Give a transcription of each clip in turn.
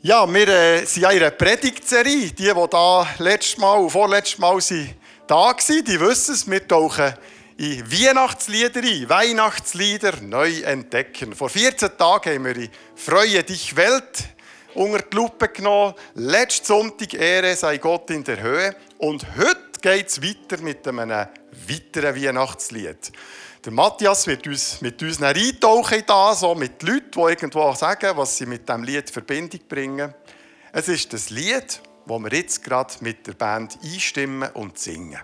Ja, wir sind ja in einer Predigtserie. Die da letztes Mal und vorletztes Mal da waren, die wissen es. Wir tauchen in Weihnachtslieder ein. Weihnachtslieder neu entdecken. Vor 14 Tagen haben wir die «Freue dich Welt» unter die Lupe genommen. Letzten Sonntag «Ehre sei Gott in der Höhe». Und heute geht es weiter mit einem weiteren Weihnachtslied. Der Matthias wird uns mit uns eintauchen in das, so mit Leuten, die irgendwo sagen, was sie mit diesem Lied in Verbindung bringen. Es ist das Lied, das wir jetzt gerade mit der Band einstimmen und singen.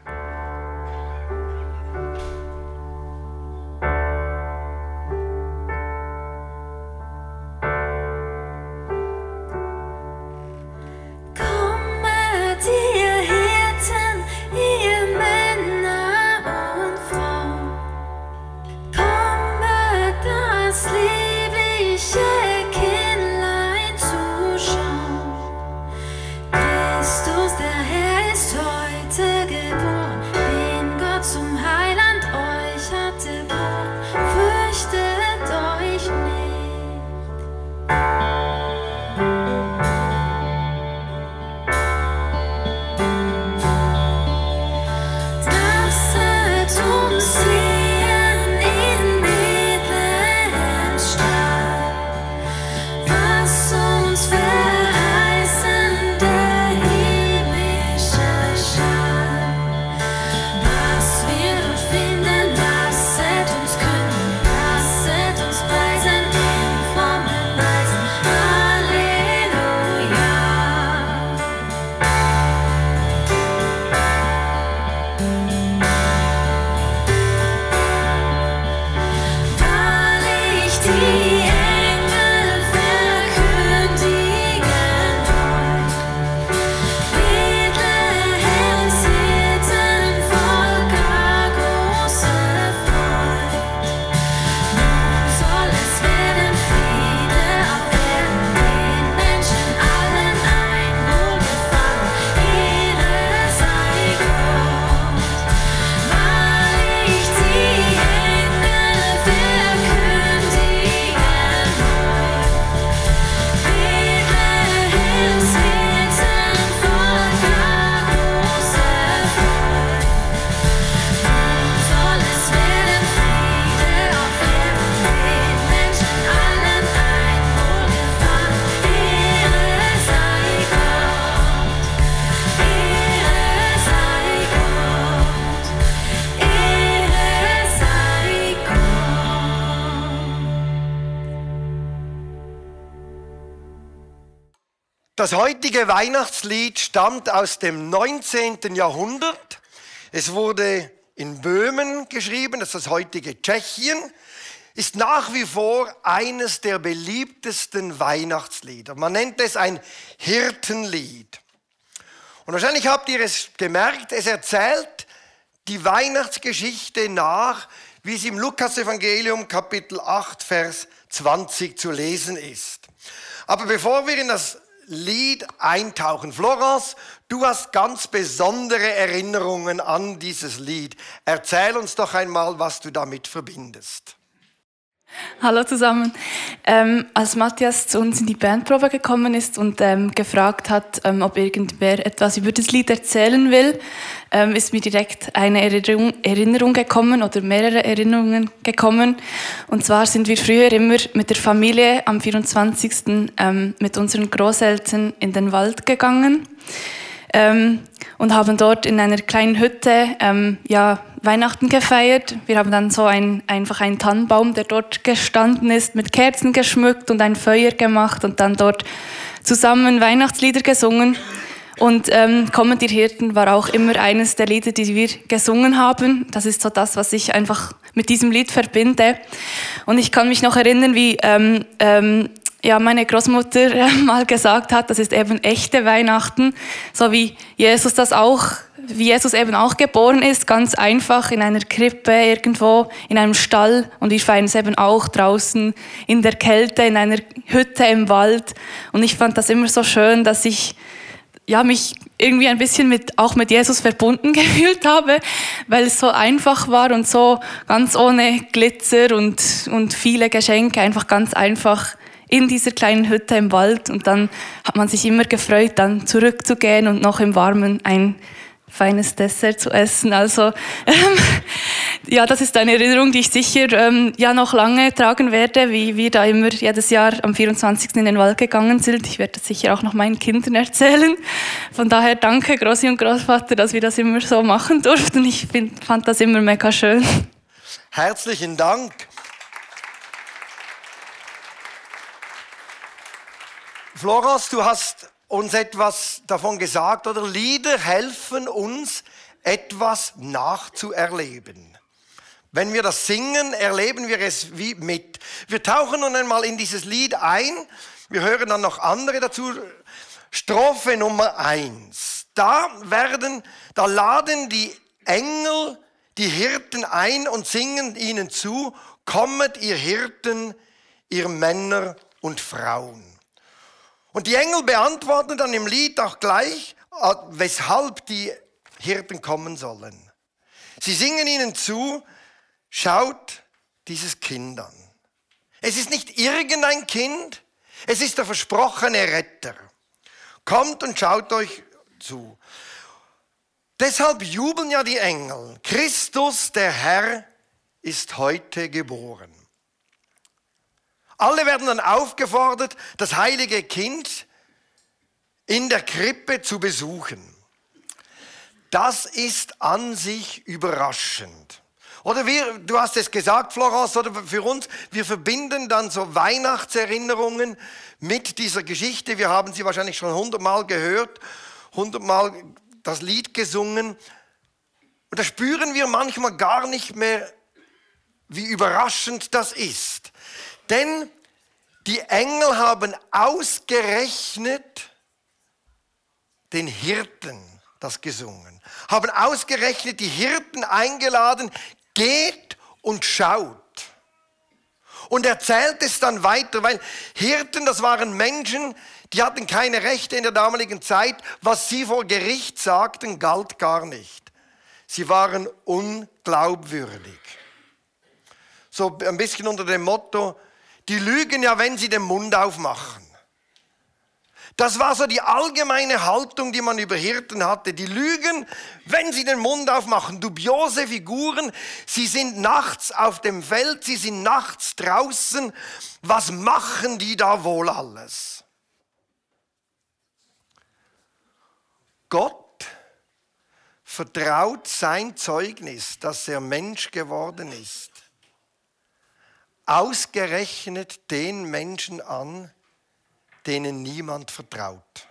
Das heutige Weihnachtslied stammt aus dem 19. Jahrhundert. Es wurde in Böhmen geschrieben, das ist das heutige Tschechien, ist nach wie vor eines der beliebtesten Weihnachtslieder. Man nennt es ein Hirtenlied. Und wahrscheinlich habt ihr es gemerkt, es erzählt die Weihnachtsgeschichte nach, wie sie im Lukas-Evangelium Kapitel 8, Vers 20 zu lesen ist. Aber bevor wir in das Lied eintauchen. Florence, du hast ganz besondere Erinnerungen an dieses Lied. Erzähl uns doch einmal, was du damit verbindest. Hallo zusammen. Als Matthias zu uns in die Bandprobe gekommen ist und gefragt hat, ob irgendwer etwas über das Lied erzählen will, ist mir direkt eine Erinnerung gekommen oder mehrere Erinnerungen gekommen. Und zwar sind wir früher immer mit der Familie am 24. Mit unseren Großeltern in den Wald gegangen und haben dort in einer kleinen Hütte Weihnachten gefeiert. Wir haben dann so einfach einen Tannenbaum, der dort gestanden ist, mit Kerzen geschmückt und ein Feuer gemacht und dann dort zusammen Weihnachtslieder gesungen. Und Kommen die Hirten war auch immer eines der Lieder, die wir gesungen haben. Das ist so das, was ich einfach mit diesem Lied verbinde. Und ich kann mich noch erinnern, wie meine Großmutter mal gesagt hat, das ist eben echte Weihnachten, so wie Jesus eben auch geboren ist, ganz einfach in einer Krippe irgendwo, in einem Stall. Und wir feiern es eben auch draußen in der Kälte, in einer Hütte im Wald. Und ich fand das immer so schön, dass ich mich irgendwie ein bisschen auch mit Jesus verbunden gefühlt habe, weil es so einfach war und so ganz ohne Glitzer und viele Geschenke, einfach ganz einfach in dieser kleinen Hütte im Wald. Und dann hat man sich immer gefreut, dann zurückzugehen und noch im Warmen ein feines Dessert zu essen. Also ja, das ist eine Erinnerung, die ich sicher ja noch lange tragen werde, wie wir da immer jedes Jahr am 24. in den Wald gegangen sind. Ich werde das sicher auch noch meinen Kindern erzählen. Von daher danke Grossi und Großvater, dass wir das immer so machen durften. Ich fand das immer mega schön. Herzlichen Dank. Florence, du hast uns etwas davon gesagt, oder? Lieder helfen uns, etwas nachzuerleben. Wenn wir das singen, erleben wir es wie mit. Wir tauchen nun einmal in dieses Lied ein. Wir hören dann noch andere dazu. Strophe Nummer 1. Da laden die Engel die Hirten ein und singen ihnen zu: Kommet, ihr Hirten, ihr Männer und Frauen. Und die Engel beantworten dann im Lied auch gleich, weshalb die Hirten kommen sollen. Sie singen ihnen zu: Schaut dieses Kind an. Es ist nicht irgendein Kind, es ist der versprochene Retter. Kommt und schaut euch zu. Deshalb jubeln ja die Engel. Christus, der Herr, ist heute geboren. Alle werden dann aufgefordert, das heilige Kind in der Krippe zu besuchen. Das ist an sich überraschend. Oder du hast es gesagt, Florence, oder für uns, wir verbinden dann so Weihnachtserinnerungen mit dieser Geschichte. Wir haben sie wahrscheinlich schon 100-mal gehört, 100-mal das Lied gesungen. Und da spüren wir manchmal gar nicht mehr, wie überraschend das ist. Denn die Engel haben ausgerechnet den Hirten das gesungen, haben ausgerechnet die Hirten eingeladen: geht und schaut. Und erzählt es dann weiter, weil Hirten, das waren Menschen, die hatten keine Rechte in der damaligen Zeit. Was sie vor Gericht sagten, galt gar nicht. Sie waren unglaubwürdig. So ein bisschen unter dem Motto: die lügen ja, wenn sie den Mund aufmachen. Das war so die allgemeine Haltung, die man über Hirten hatte. Die lügen, wenn sie den Mund aufmachen. Dubiose Figuren. Sie sind nachts auf dem Feld, sie sind nachts draußen. Was machen die da wohl alles? Gott vertraut sein Zeugnis, dass er Mensch geworden ist, ausgerechnet den Menschen an, denen niemand vertraut.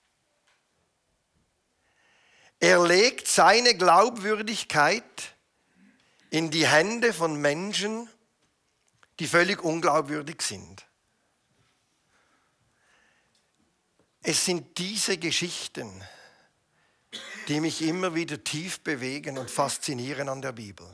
Er legt seine Glaubwürdigkeit in die Hände von Menschen, die völlig unglaubwürdig sind. Es sind diese Geschichten, die mich immer wieder tief bewegen und faszinieren an der Bibel.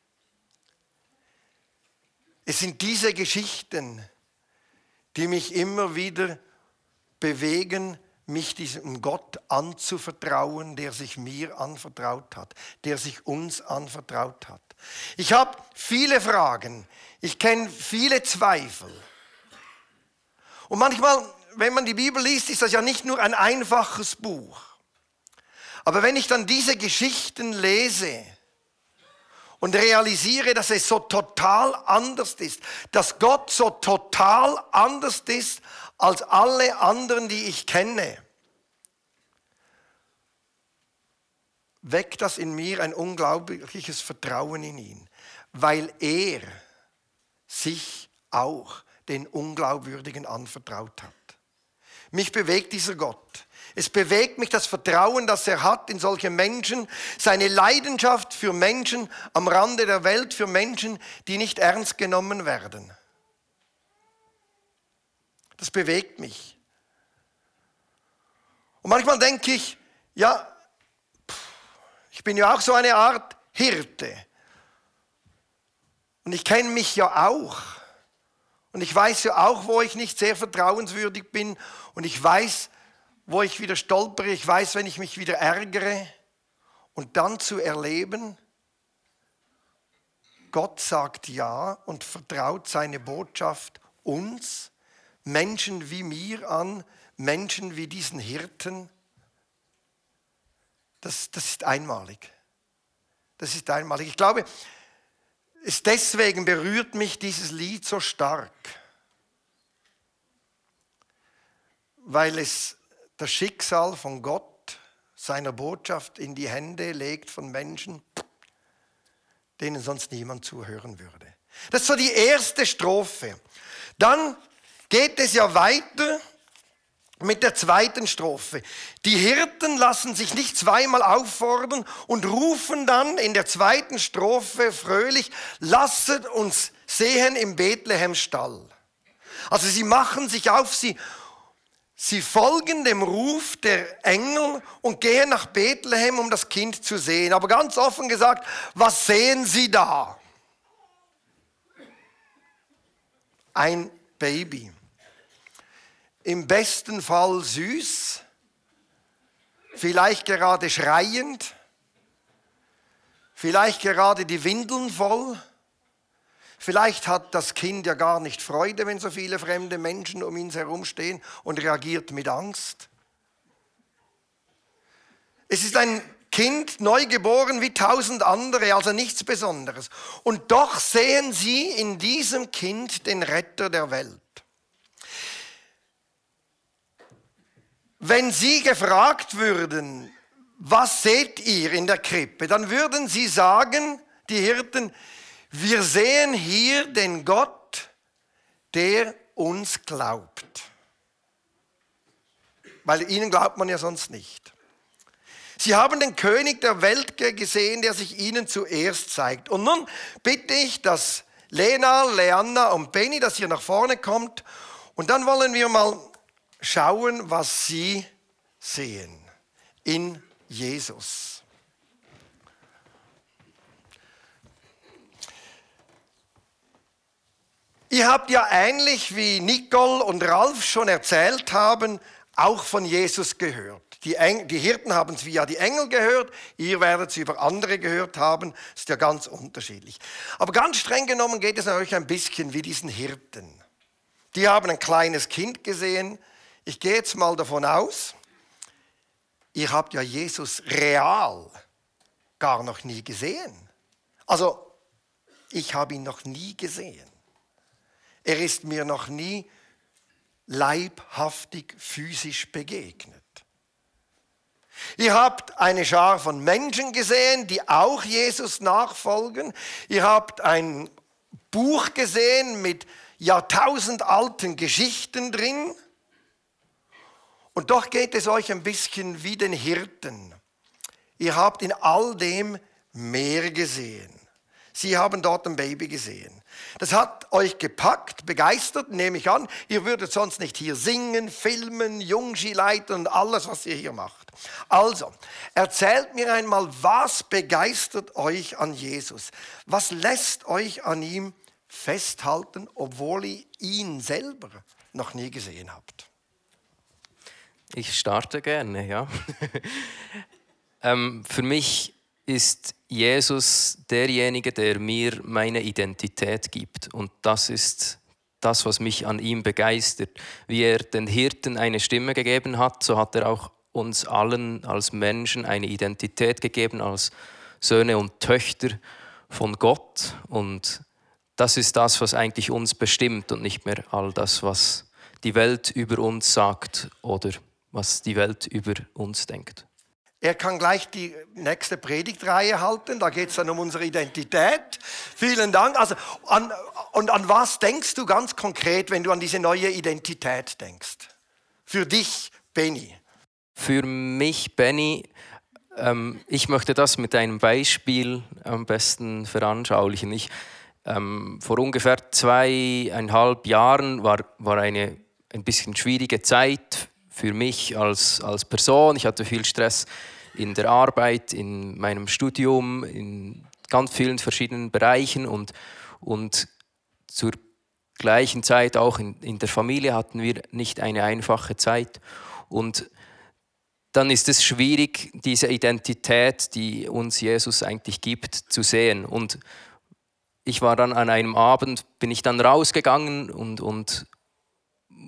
Es sind diese Geschichten, die mich immer wieder bewegen, mich diesem Gott anzuvertrauen, der sich mir anvertraut hat, der sich uns anvertraut hat. Ich habe viele Fragen, ich kenne viele Zweifel. Und manchmal, wenn man die Bibel liest, ist das ja nicht nur ein einfaches Buch. Aber wenn ich dann diese Geschichten lese und realisiere, dass es so total anders ist, dass Gott so total anders ist als alle anderen, die ich kenne, weckt das in mir ein unglaubliches Vertrauen in ihn, weil er sich auch den Unglaubwürdigen anvertraut hat. Mich bewegt dieser Gott. Es bewegt mich das Vertrauen, das er hat in solche Menschen, seine Leidenschaft für Menschen am Rande der Welt, für Menschen, die nicht ernst genommen werden. Das bewegt mich. Und manchmal denke ich, ja, ich bin ja auch so eine Art Hirte. Und ich kenne mich ja auch. Und ich weiß ja auch, wo ich nicht sehr vertrauenswürdig bin. Und ich weiß, wo ich wieder stolpere. Ich weiß, wenn ich mich wieder ärgere. Und dann zu erleben, Gott sagt ja und vertraut seine Botschaft uns, Menschen wie mir an, Menschen wie diesen Hirten. Das ist einmalig. Das ist einmalig. Ich glaube, deswegen berührt mich dieses Lied so stark, weil es das Schicksal von Gott, seiner Botschaft in die Hände legt von Menschen, denen sonst niemand zuhören würde. Das ist so die erste Strophe. Dann geht es ja weiter mit der zweiten Strophe. Die Hirten lassen sich nicht zweimal auffordern und rufen dann in der zweiten Strophe fröhlich: Lasset uns sehen im Bethlehem Stall. Also sie machen sich auf, sie folgen dem Ruf der Engel und gehen nach Bethlehem, um das Kind zu sehen. Aber ganz offen gesagt, was sehen sie da? Ein Baby. Im besten Fall süß, vielleicht gerade schreiend, vielleicht gerade die Windeln voll. Vielleicht hat das Kind ja gar nicht Freude, wenn so viele fremde Menschen um ihn herumstehen und reagiert mit Angst. Es ist ein Kind, neugeboren wie 1000 andere, also nichts Besonderes. Und doch sehen sie in diesem Kind den Retter der Welt. Wenn Sie gefragt würden, was seht ihr in der Krippe, dann würden Sie sagen, die Hirten: Wir sehen hier den Gott, der uns glaubt. Weil ihnen glaubt man ja sonst nicht. Sie haben den König der Welt gesehen, der sich ihnen zuerst zeigt. Und nun bitte ich, dass Lena, Leanna und Benny, dass ihr nach vorne kommt. Und dann wollen wir mal schauen, was sie sehen in Jesus. Ihr habt ja ähnlich wie Nicole und Ralf schon erzählt haben, auch von Jesus gehört. Die Hirten haben es via die Engel gehört, ihr werdet es über andere gehört haben, das ist ja ganz unterschiedlich. Aber ganz streng genommen geht es euch ein bisschen wie diesen Hirten. Die haben ein kleines Kind gesehen. Ich gehe jetzt mal davon aus, ihr habt ja Jesus real gar noch nie gesehen. Also, ich habe ihn noch nie gesehen. Er ist mir noch nie leibhaftig, physisch begegnet. Ihr habt eine Schar von Menschen gesehen, die auch Jesus nachfolgen. Ihr habt ein Buch gesehen mit jahrtausendalten Geschichten drin. Und doch geht es euch ein bisschen wie den Hirten. Ihr habt in all dem mehr gesehen. Sie haben dort ein Baby gesehen. Das hat euch gepackt, begeistert, nehme ich an. Ihr würdet sonst nicht hier singen, filmen, Jungski leiten und alles, was ihr hier macht. Also, erzählt mir einmal, was begeistert euch an Jesus? Was lässt euch an ihm festhalten, obwohl ihr ihn selber noch nie gesehen habt? Ich starte gerne, ja. Für mich ist Jesus derjenige, der mir meine Identität gibt. Und das ist das, was mich an ihm begeistert. Wie er den Hirten eine Stimme gegeben hat, so hat er auch uns allen als Menschen eine Identität gegeben, als Söhne und Töchter von Gott. Und das ist das, was eigentlich uns bestimmt und nicht mehr all das, was die Welt über uns sagt oder was die Welt über uns denkt. Er kann gleich die nächste Predigtreihe halten, da geht es dann um unsere Identität. Vielen Dank. Also, an was denkst du ganz konkret, wenn du an diese neue Identität denkst? Für dich, Benny. Für mich, Benny, ich möchte das mit einem Beispiel am besten veranschaulichen. Vor ungefähr 2,5 Jahren war eine ein bisschen schwierige Zeit für mich als Person. Ich hatte viel Stress in der Arbeit, in meinem Studium, in ganz vielen verschiedenen Bereichen und zur gleichen Zeit auch in der Familie hatten wir nicht eine einfache Zeit. Und dann ist es schwierig, diese Identität, die uns Jesus eigentlich gibt, zu sehen. Und ich war dann an einem Abend, bin ich dann rausgegangen und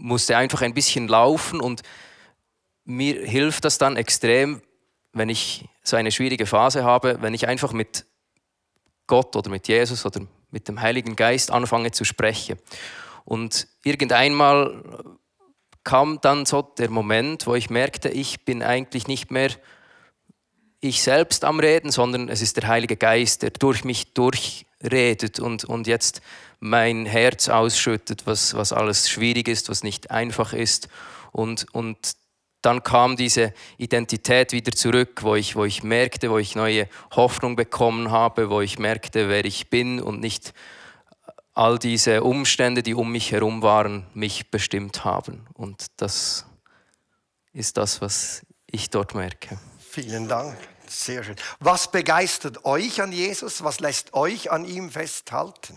musste einfach ein bisschen laufen und mir hilft das dann extrem, wenn ich so eine schwierige Phase habe, wenn ich einfach mit Gott oder mit Jesus oder mit dem Heiligen Geist anfange zu sprechen. Und irgendeinmal kam dann so der Moment, wo ich merkte, ich bin eigentlich nicht mehr ich selbst am Reden, sondern es ist der Heilige Geist, der durch mich durchredet und jetzt mein Herz ausschüttet, was alles schwierig ist, was nicht einfach ist. Und dann kam diese Identität wieder zurück, wo ich merkte, wo ich neue Hoffnung bekommen habe, wo ich merkte, wer ich bin und nicht all diese Umstände, die um mich herum waren, mich bestimmt haben. Und das ist das, was ich dort merke. Vielen Dank. Sehr schön. Was begeistert euch an Jesus? Was lässt euch an ihm festhalten?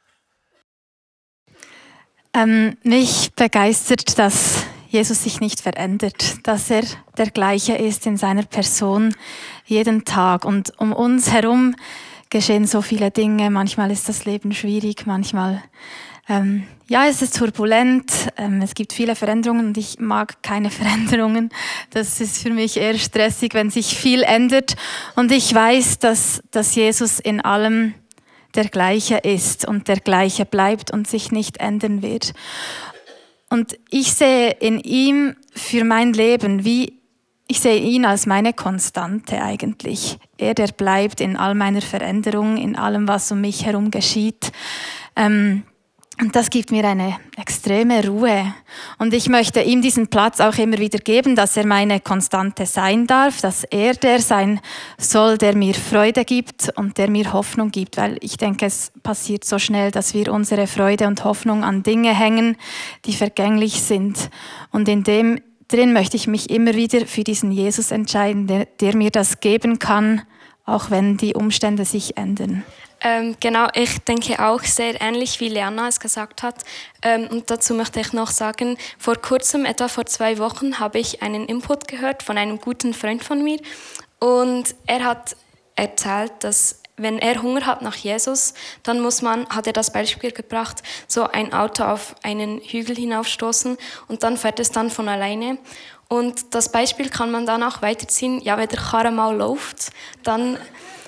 Mich begeistert, dass Jesus sich nicht verändert, dass er der gleiche ist in seiner Person jeden Tag. Und um uns herum geschehen so viele Dinge. Manchmal ist das Leben schwierig, manchmal es ist turbulent, es gibt viele Veränderungen und ich mag keine Veränderungen. Das ist für mich eher stressig, wenn sich viel ändert. Und ich weiß, dass Jesus in allem der Gleiche ist und der Gleiche bleibt und sich nicht ändern wird. Und ich sehe in ihm für mein Leben, ich sehe ihn als meine Konstante eigentlich. Er, der bleibt in all meiner Veränderung, in allem, was um mich herum geschieht. Und das gibt mir eine extreme Ruhe. Und ich möchte ihm diesen Platz auch immer wieder geben, dass er meine Konstante sein darf, dass er der sein soll, der mir Freude gibt und der mir Hoffnung gibt. Weil ich denke, es passiert so schnell, dass wir unsere Freude und Hoffnung an Dinge hängen, die vergänglich sind. Und in dem drin möchte ich mich immer wieder für diesen Jesus entscheiden, der mir das geben kann, auch wenn die Umstände sich ändern. Genau, ich denke auch sehr ähnlich, wie Leanna es gesagt hat. Und dazu möchte ich noch sagen, vor kurzem, etwa vor 2 Wochen, habe ich einen Input gehört von einem guten Freund von mir. Und er hat erzählt, dass wenn er Hunger hat nach Jesus, dann hat er das Beispiel gebracht, so ein Auto auf einen Hügel hinaufstoßen und dann fährt es dann von alleine. Und das Beispiel kann man dann auch weiterziehen, ja, wenn der Karre mal läuft, dann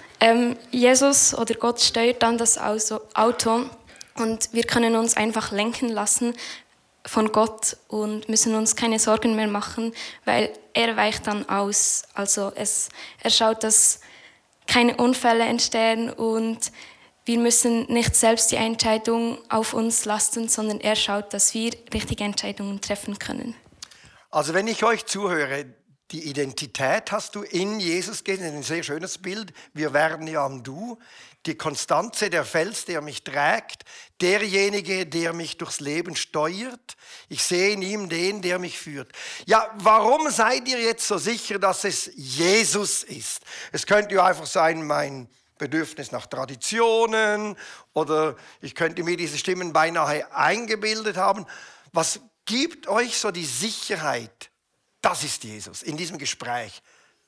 Jesus oder Gott steuert dann das Auto und wir können uns einfach lenken lassen von Gott und müssen uns keine Sorgen mehr machen, weil er weicht dann aus. Also er schaut, dass keine Unfälle entstehen und wir müssen nicht selbst die Entscheidung auf uns lasten, sondern er schaut, dass wir richtige Entscheidungen treffen können. Also wenn ich euch zuhöre, die Identität hast du in Jesus gegeben, ein sehr schönes Bild. Wir werden ja am Du. Die Konstanze, der Fels, der mich trägt, derjenige, der mich durchs Leben steuert. Ich sehe in ihm den, der mich führt. Ja, warum seid ihr jetzt so sicher, dass es Jesus ist? Es könnte ja einfach sein, mein Bedürfnis nach Traditionen oder ich könnte mir diese Stimmen beinahe eingebildet haben. Was gibt euch so die Sicherheit? Das ist Jesus, in diesem Gespräch,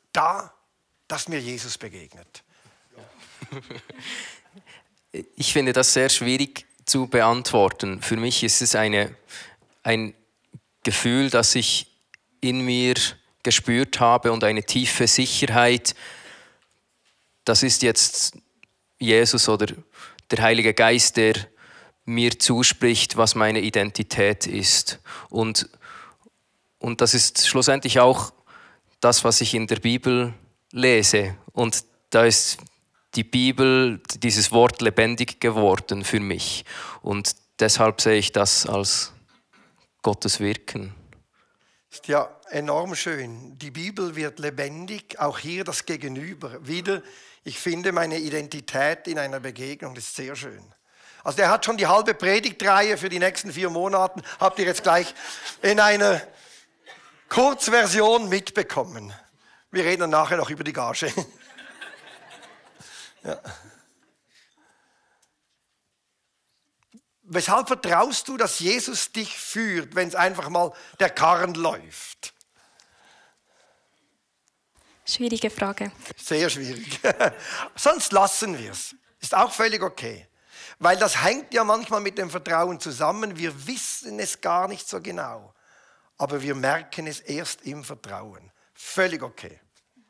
dass mir Jesus begegnet. Ich finde das sehr schwierig zu beantworten. Für mich ist es ein Gefühl, das ich in mir gespürt habe und eine tiefe Sicherheit. Das ist jetzt Jesus oder der Heilige Geist, der mir zuspricht, was meine Identität ist. Und das ist schlussendlich auch das, was ich in der Bibel lese. Und da ist die Bibel, dieses Wort lebendig geworden für mich. Und deshalb sehe ich das als Gottes Wirken. Ist ja enorm schön. Die Bibel wird lebendig, auch hier das Gegenüber. Wieder, ich finde meine Identität in einer Begegnung, das ist sehr schön. Also der hat schon die halbe Predigtreihe für die nächsten 4 Monate, habt ihr jetzt gleich in einer Kurzversion mitbekommen. Wir reden dann nachher noch über die Gage. Ja. Weshalb vertraust du, dass Jesus dich führt, wenn es einfach mal der Karren läuft? Schwierige Frage. Sehr schwierig. Sonst lassen wir es. Ist auch völlig okay. Weil das hängt ja manchmal mit dem Vertrauen zusammen. Wir wissen es gar nicht so genau. Aber wir merken es erst im Vertrauen. Völlig okay.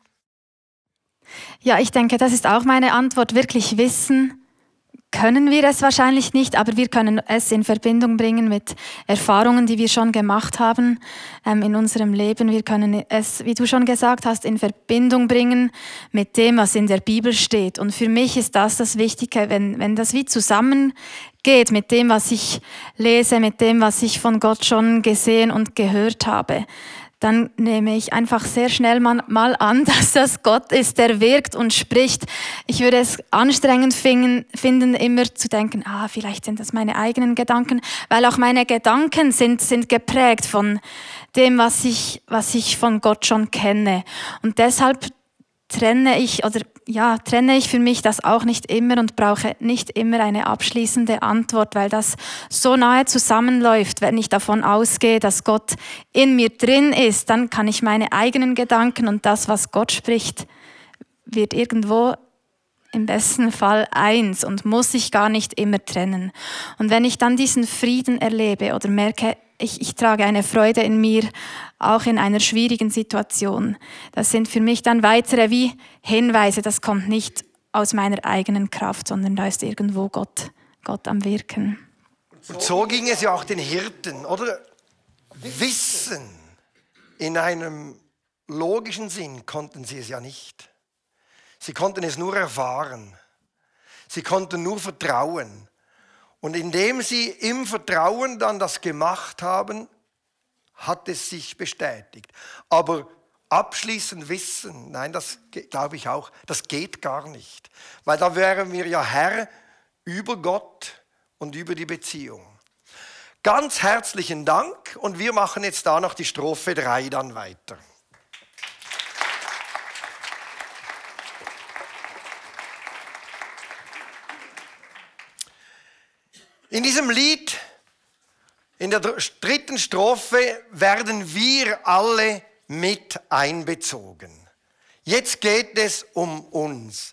Ja, ich denke, das ist auch meine Antwort. Wirklich wissen können wir es wahrscheinlich nicht, aber wir können es in Verbindung bringen mit Erfahrungen, die wir schon gemacht haben in unserem Leben. Wir können es, wie du schon gesagt hast, in Verbindung bringen mit dem, was in der Bibel steht. Und für mich ist das Wichtige, wenn das wie zusammengeht mit dem, was ich lese, mit dem, was ich von Gott schon gesehen und gehört habe, dann nehme ich einfach sehr schnell mal an, dass das Gott ist, der wirkt und spricht. Ich würde es anstrengend finden, immer zu denken, vielleicht sind das meine eigenen Gedanken, weil auch meine Gedanken sind geprägt von dem, was ich von Gott schon kenne. Und deshalb trenne ich für mich das auch nicht immer und brauche nicht immer eine abschließende Antwort, weil das so nahe zusammenläuft. Wenn ich davon ausgehe, dass Gott in mir drin ist, dann kann ich meine eigenen Gedanken und das, was Gott spricht, wird irgendwo im besten Fall eins und muss ich gar nicht immer trennen. Und wenn ich dann diesen Frieden erlebe oder merke, ich trage eine Freude in mir, auch in einer schwierigen Situation. Das sind für mich dann weitere wie Hinweise, das kommt nicht aus meiner eigenen Kraft, sondern da ist irgendwo Gott am Wirken. Und so ging es ja auch den Hirten, oder? Wissen in einem logischen Sinn konnten sie es ja nicht. Sie konnten es nur erfahren. Sie konnten nur vertrauen. Und indem sie im Vertrauen dann das gemacht haben, hat es sich bestätigt. Aber abschließend wissen, nein, das glaube ich auch, das geht gar nicht. Weil da wären wir ja Herr über Gott und über die Beziehung. Ganz herzlichen Dank und wir machen jetzt da noch die Strophe 3 dann weiter. In diesem Lied, in der 3. Strophe, werden wir alle mit einbezogen. Jetzt geht es um uns.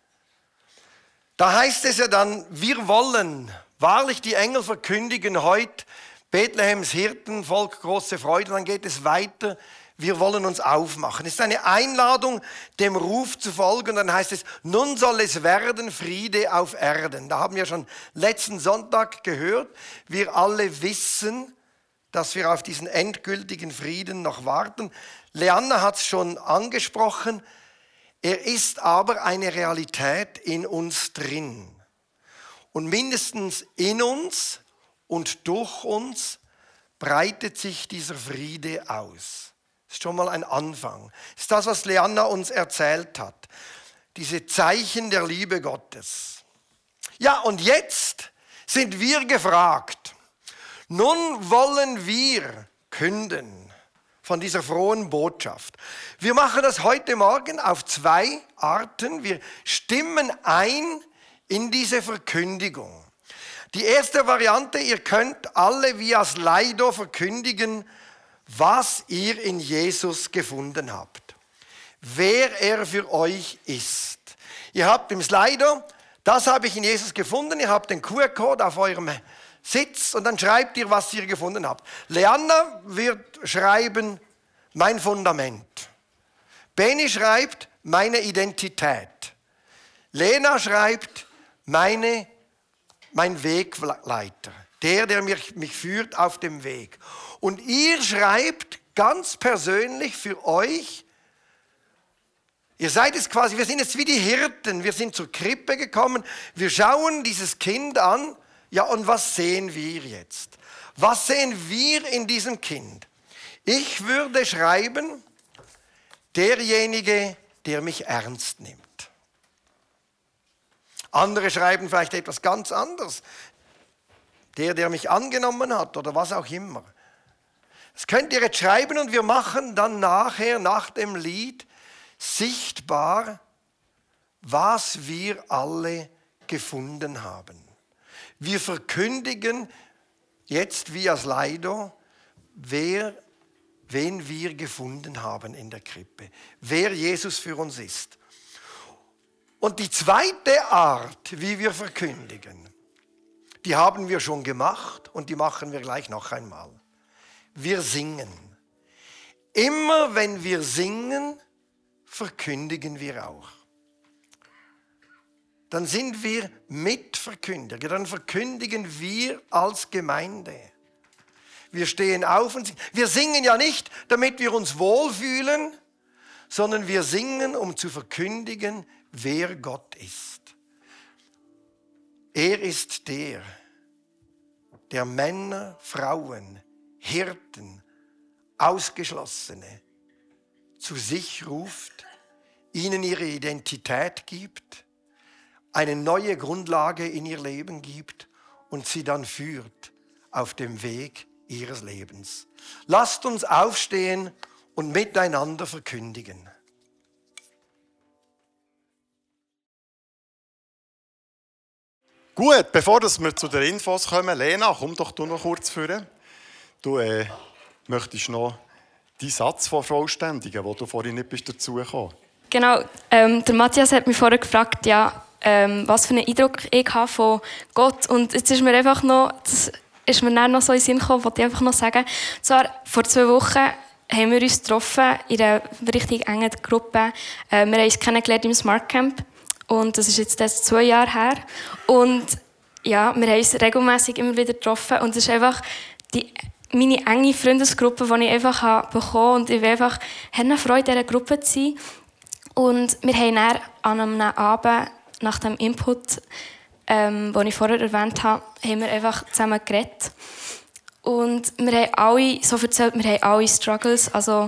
Da heißt es ja dann, wir wollen wahrlich die Engel verkündigen heute, Bethlehems Hirtenvolk, große Freude, dann geht es weiter. Wir wollen uns aufmachen. Es ist eine Einladung, dem Ruf zu folgen. Dann heißt es, nun soll es werden Friede auf Erden. Da haben wir schon letzten Sonntag gehört. Wir alle wissen, dass wir auf diesen endgültigen Frieden noch warten. Leanna hat es schon angesprochen. Er ist aber eine Realität in uns drin. Und mindestens in uns und durch uns breitet sich dieser Friede aus. Das ist schon mal ein Anfang. Das ist das, was Leanna uns erzählt hat. Diese Zeichen der Liebe Gottes. Ja, und jetzt sind wir gefragt. Nun wollen wir künden von dieser frohen Botschaft. Wir machen das heute Morgen auf 2 Arten. Wir stimmen ein in diese Verkündigung. Die erste Variante, ihr könnt alle via Slido verkündigen, was ihr in Jesus gefunden habt. Wer er für euch ist. Ihr habt im Slido, das habe ich in Jesus gefunden. Ihr habt den QR-Code auf eurem Sitz und dann schreibt ihr, was ihr gefunden habt. Leanna wird schreiben, mein Fundament. Benny schreibt, meine Identität. Lena schreibt, mein Wegleiter. Der mich führt auf dem Weg. Und ihr schreibt ganz persönlich für euch, ihr seid es quasi, wir sind jetzt wie die Hirten, wir sind zur Krippe gekommen, wir schauen dieses Kind an, ja und was sehen wir jetzt? Was sehen wir in diesem Kind? Ich würde schreiben, derjenige, der mich ernst nimmt. Andere schreiben vielleicht etwas ganz anderes. Der mich angenommen hat oder was auch immer. Das könnt ihr jetzt schreiben und wir machen dann nachher, nach dem Lied, sichtbar, was wir alle gefunden haben. Wir verkündigen jetzt via Slido, wen wir gefunden haben in der Krippe. Wer Jesus für uns ist. Und die zweite Art, wie wir verkündigen, Die haben wir schon gemacht und die machen wir gleich noch einmal. Wir singen. Immer wenn wir singen, verkündigen wir auch. Dann sind wir Mitverkündiger, dann verkündigen wir als Gemeinde. Wir stehen auf und singen. Wir singen ja nicht, damit wir uns wohlfühlen, sondern wir singen, um zu verkündigen, wer Gott ist. Er ist der Männer, Frauen, Hirten, Ausgeschlossene zu sich ruft, ihnen ihre Identität gibt, eine neue Grundlage in ihr Leben gibt und sie dann führt auf dem Weg ihres Lebens. Lasst uns aufstehen und miteinander verkündigen. Gut, bevor wir zu den Infos kommen, Lena, komm doch du noch kurz vor. Du möchtest noch deinen Satz vervollständigen, wo du vorhin nicht bist dazugekommen. Genau, der Matthias hat mich vorher gefragt, ja, was für einen Eindruck ich habe von Gott. Und jetzt ist mir einfach noch, das ist mir dann noch so in den Sinn gekommen, wollte ich einfach noch sagen. Und zwar, vor 2 Wochen haben wir uns getroffen in einer richtig engen Gruppe. Wir haben uns kennengelernt im Smart Camp. Und das ist jetzt 2 Jahre her. Und ja, wir haben uns regelmäßig immer wieder getroffen. Und es ist einfach meine enge Freundesgruppe, die ich einfach bekommen habe. Und ich will einfach eine Freude, in dieser Gruppe zu sein. Und wir haben dann an einem Abend, nach dem Input, den ich vorher erwähnt habe, haben wir einfach zusammen geredet. Und wir haben alle so erzählt, wir haben alle Struggles. Also,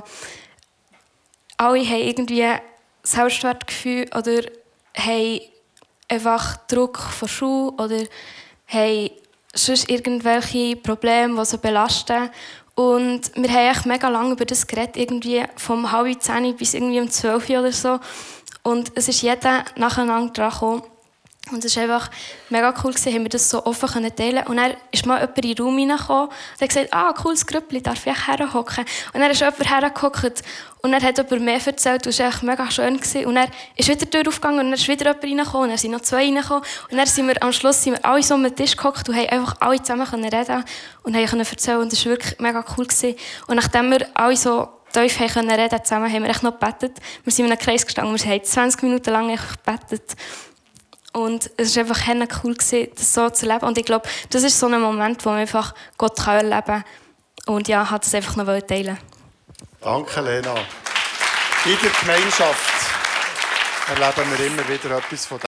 alle haben irgendwie Selbstwertgefühl oder haben einfach Druck von Schule oder haben sonst irgendwelche Probleme, die sie belasten. Und wir haben echt mega lange über das geredet, irgendwie vom 9:30 bis irgendwie um 12 oder so. Und es ist jeder nacheinander dran gekommen. Und es war einfach mega cool, haben wir das so offen teilen. Und dann ist mal jemand in den Raum reingekommen und hat gesagt, cooles Grüppli, darf ich herhocken? Und dann ist jemand hergehockt und dann hat jemand mehr erzählt, das war echt mega schön. Und dann ist wieder die Tür aufgegangen und dann ist wieder jemand reingekommen und dann sind noch 2 reingekommen. Und dann sind wir am Schluss alle so um den Tisch gehockt und haben einfach alle zusammen reden und haben erzählen. Und das war wirklich mega cool. Und nachdem wir alle so tief reden konnten, zusammen, haben wir echt noch gebetet. Wir sind in einem Kreis gestanden und wir haben 20 Minuten lang gebetet. Und es war einfach cool, das so zu erleben. Und ich glaube, das ist so ein Moment, wo man einfach Gott erleben kann. Und ja, hat es einfach noch teilen. Danke, Lena. In der Gemeinschaft erleben wir immer wieder etwas von dem.